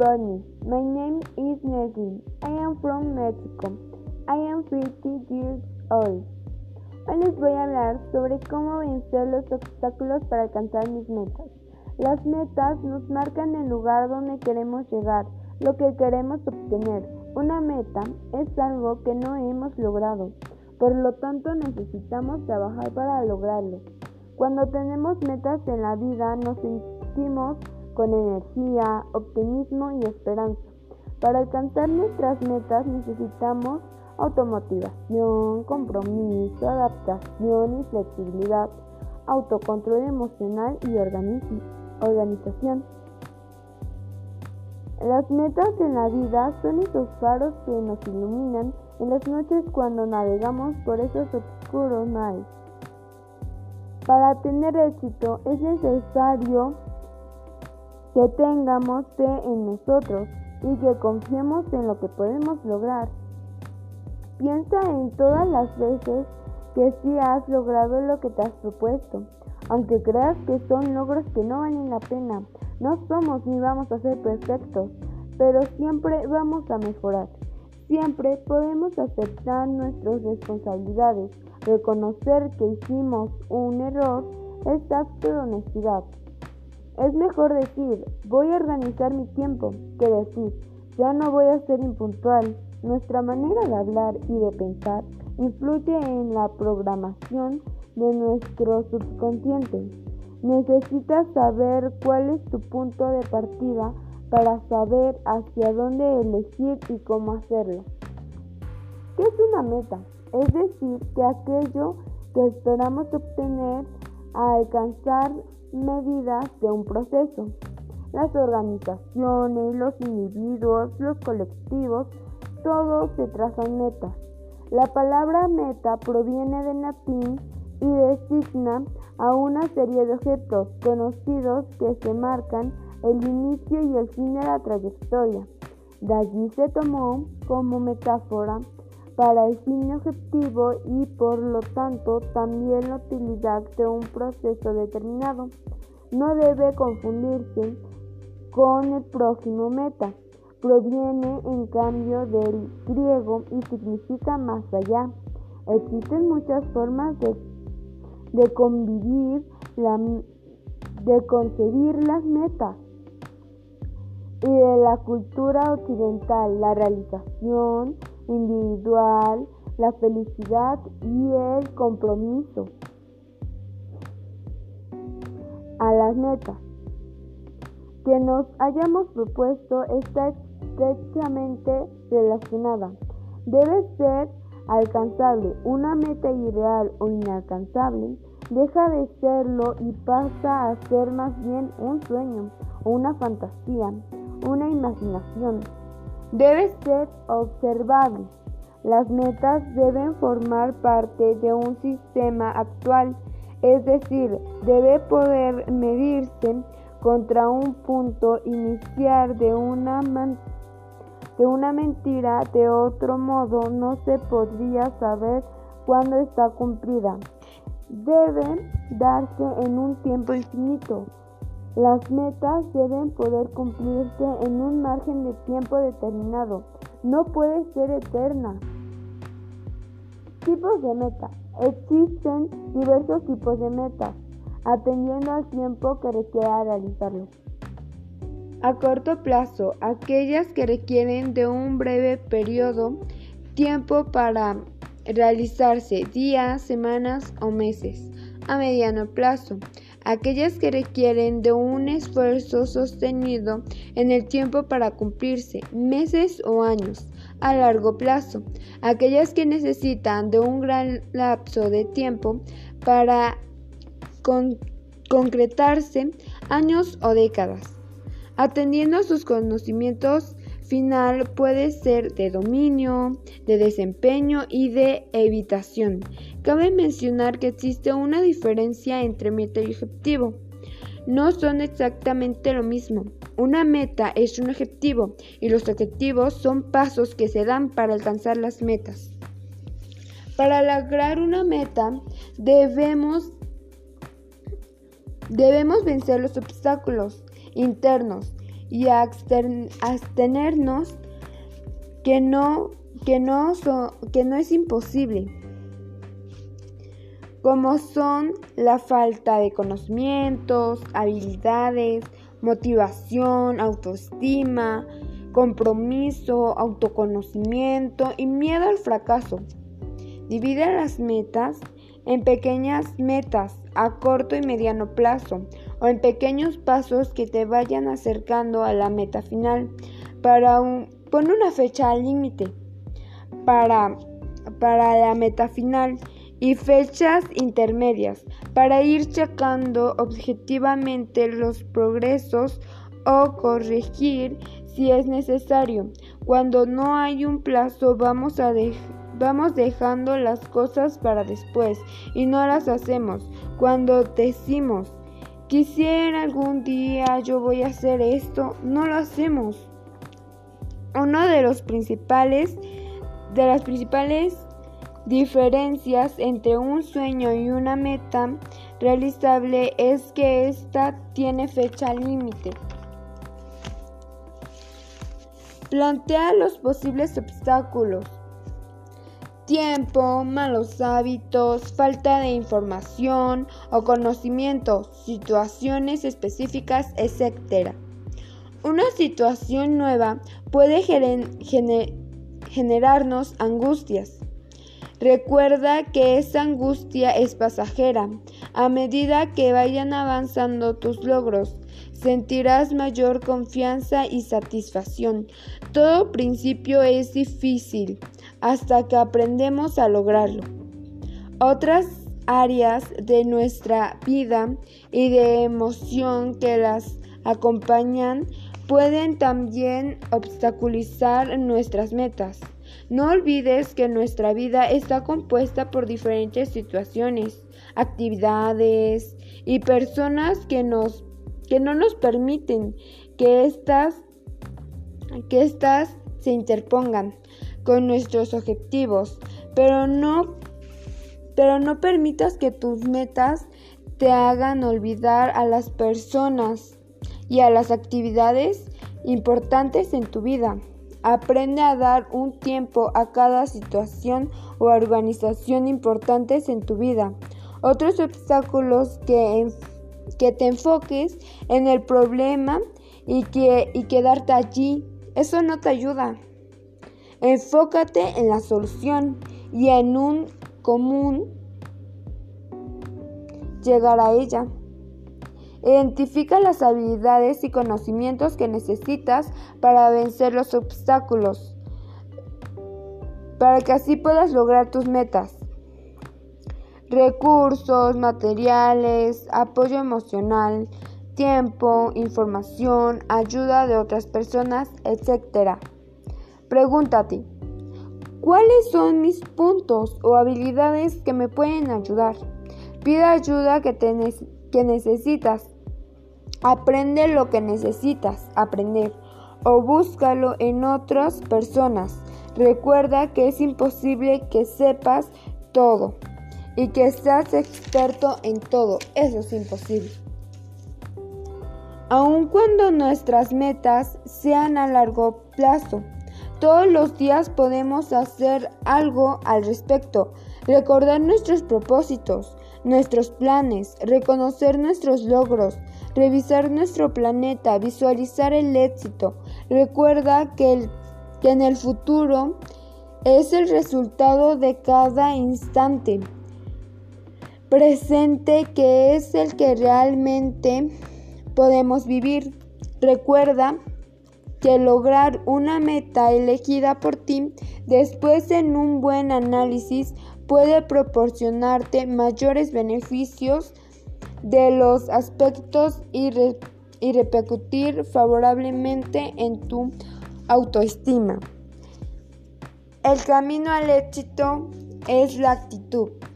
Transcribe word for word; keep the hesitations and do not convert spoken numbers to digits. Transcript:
morning. My name is Nesrin. I am from Mexico. I am fifty years old. Hoy les voy a hablar sobre cómo vencer los obstáculos para alcanzar mis metas. Las metas nos marcan el lugar donde queremos llegar, lo que queremos obtener. Una meta es algo que no hemos logrado, por lo tanto necesitamos trabajar para lograrlo. Cuando tenemos metas en la vida nos sentimos con energía, optimismo y esperanza. Para alcanzar nuestras metas necesitamos automotivación, compromiso, adaptación y flexibilidad, autocontrol emocional y organización. Las metas en la vida son esos faros que nos iluminan en las noches cuando navegamos por esos oscuros mares. Para tener éxito es necesario que tengamos fe en nosotros y que confiemos en lo que podemos lograr. Piensa en todas las veces que sí has logrado lo que te has propuesto, aunque creas que son logros que no valen la pena. No somos ni vamos a ser perfectos, pero siempre vamos a mejorar. Siempre podemos aceptar nuestras responsabilidades. Reconocer que hicimos un error es acto de honestidad. Es mejor decir, voy a organizar mi tiempo, que decir, ya no voy a ser impuntual. Nuestra manera de hablar y de pensar influye en la programación de nuestro subconsciente. Necesitas saber cuál es tu punto de partida para saber hacia dónde elegir y cómo hacerlo. ¿Qué es una meta? Es decir, que aquello que esperamos obtener a alcanzar medidas de un proceso. Las organizaciones, los individuos, los colectivos, todos se trazan metas. La palabra meta proviene del latín y designa a una serie de objetos conocidos que se marcan el inicio y el fin de la trayectoria. De allí se tomó como metáfora para el fin objetivo y por lo tanto también la utilidad de un proceso determinado. No debe confundirse con el próximo meta. Proviene en cambio del griego y significa más allá. Existen muchas formas de, de convivir, la, de concebir las metas. Y de la cultura occidental, la realización individual, la felicidad y el compromiso a las metas que nos hayamos propuesto está estrechamente relacionada. Debe ser alcanzable. Una meta ideal o inalcanzable deja de serlo y pasa a ser más bien un sueño o una fantasía, una imaginación. Debe ser observable. Las metas deben formar parte de un sistema actual, es decir, debe poder medirse contra un punto inicial de una, man- de una mentira. De otro modo, no se podría saber cuándo está cumplida. Deben darse en un tiempo infinito. Las metas deben poder cumplirse en un margen de tiempo determinado. No puede ser eterna. Tipos de metas. Existen diversos tipos de metas, atendiendo al tiempo que requiera realizarlo. A corto plazo, aquellas que requieren de un breve periodo, tiempo para realizarse, días, semanas o meses. A mediano plazo, aquellas que requieren de un esfuerzo sostenido en el tiempo para cumplirse, meses o años. A largo plazo, aquellas que necesitan de un gran lapso de tiempo para con- concretarse, años o décadas. Atendiendo a sus conocimientos, final puede ser de dominio, de desempeño y de evitación. Cabe mencionar que existe una diferencia entre meta y objetivo. No son exactamente lo mismo. Una meta es un objetivo y los objetivos son pasos que se dan para alcanzar las metas. Para lograr una meta debemos, debemos vencer los obstáculos internos y abstenernos que no, que no, so, que no es imposible, como son la falta de conocimientos, habilidades, motivación, autoestima, compromiso, autoconocimiento y miedo al fracaso. Divide las metas en pequeñas metas a corto y mediano plazo o en pequeños pasos que te vayan acercando a la meta final. Para un, pon una fecha límite para, para la meta final y fechas intermedias para ir checando objetivamente los progresos o corregir si es necesario. Cuando no hay un plazo, vamos a dejar Vamos dejando las cosas para después y no las hacemos. Cuando decimos, quisiera algún día yo voy a hacer esto, no lo hacemos. Uno de los principales, de las principales diferencias entre un sueño y una meta realizable es que ésta tiene fecha límite. Plantea los posibles obstáculos. Tiempo, malos hábitos, falta de información o conocimiento, situaciones específicas, etcétera. Una situación nueva puede gener- generarnos angustias. Recuerda que esa angustia es pasajera. A medida que vayan avanzando tus logros, sentirás mayor confianza y satisfacción. Todo principio es difícil hasta que aprendemos a lograrlo. Otras áreas de nuestra vida y de emoción que las acompañan pueden también obstaculizar nuestras metas. No olvides que nuestra vida está compuesta por diferentes situaciones, actividades y personas que nos que no nos permiten que estas que estas se interpongan con nuestros objetivos, pero no pero no permitas que tus metas te hagan olvidar a las personas y a las actividades importantes en tu vida. Aprende a dar un tiempo a cada situación o organización importantes en tu vida. Otros obstáculos que, en, que te enfoques en el problema y, que, y quedarte allí, eso no te ayuda. Enfócate en la solución y en un común llegar a ella. Identifica las habilidades y conocimientos que necesitas para vencer los obstáculos, para que así puedas lograr tus metas. Recursos, materiales, apoyo emocional, tiempo, información, ayuda de otras personas, etcétera. Pregúntate, ¿cuáles son mis puntos o habilidades que me pueden ayudar? Pide ayuda que, te ne- que necesitas. Aprende lo que necesitas aprender o búscalo en otras personas. Recuerda que es imposible que sepas todo y que seas experto en todo. Eso es imposible. Aun cuando nuestras metas sean a largo plazo, todos los días podemos hacer algo al respecto. Recordar nuestros propósitos, nuestros planes, reconocer nuestros logros, revisar nuestro planeta, visualizar el éxito. Recuerda que, el, que en el futuro es el resultado de cada instante presente que es el que realmente podemos vivir. Recuerda que lograr una meta elegida por ti después en un buen análisis puede proporcionarte mayores beneficios de los aspectos y, re, y repercutir favorablemente en tu autoestima. El camino al éxito es la actitud.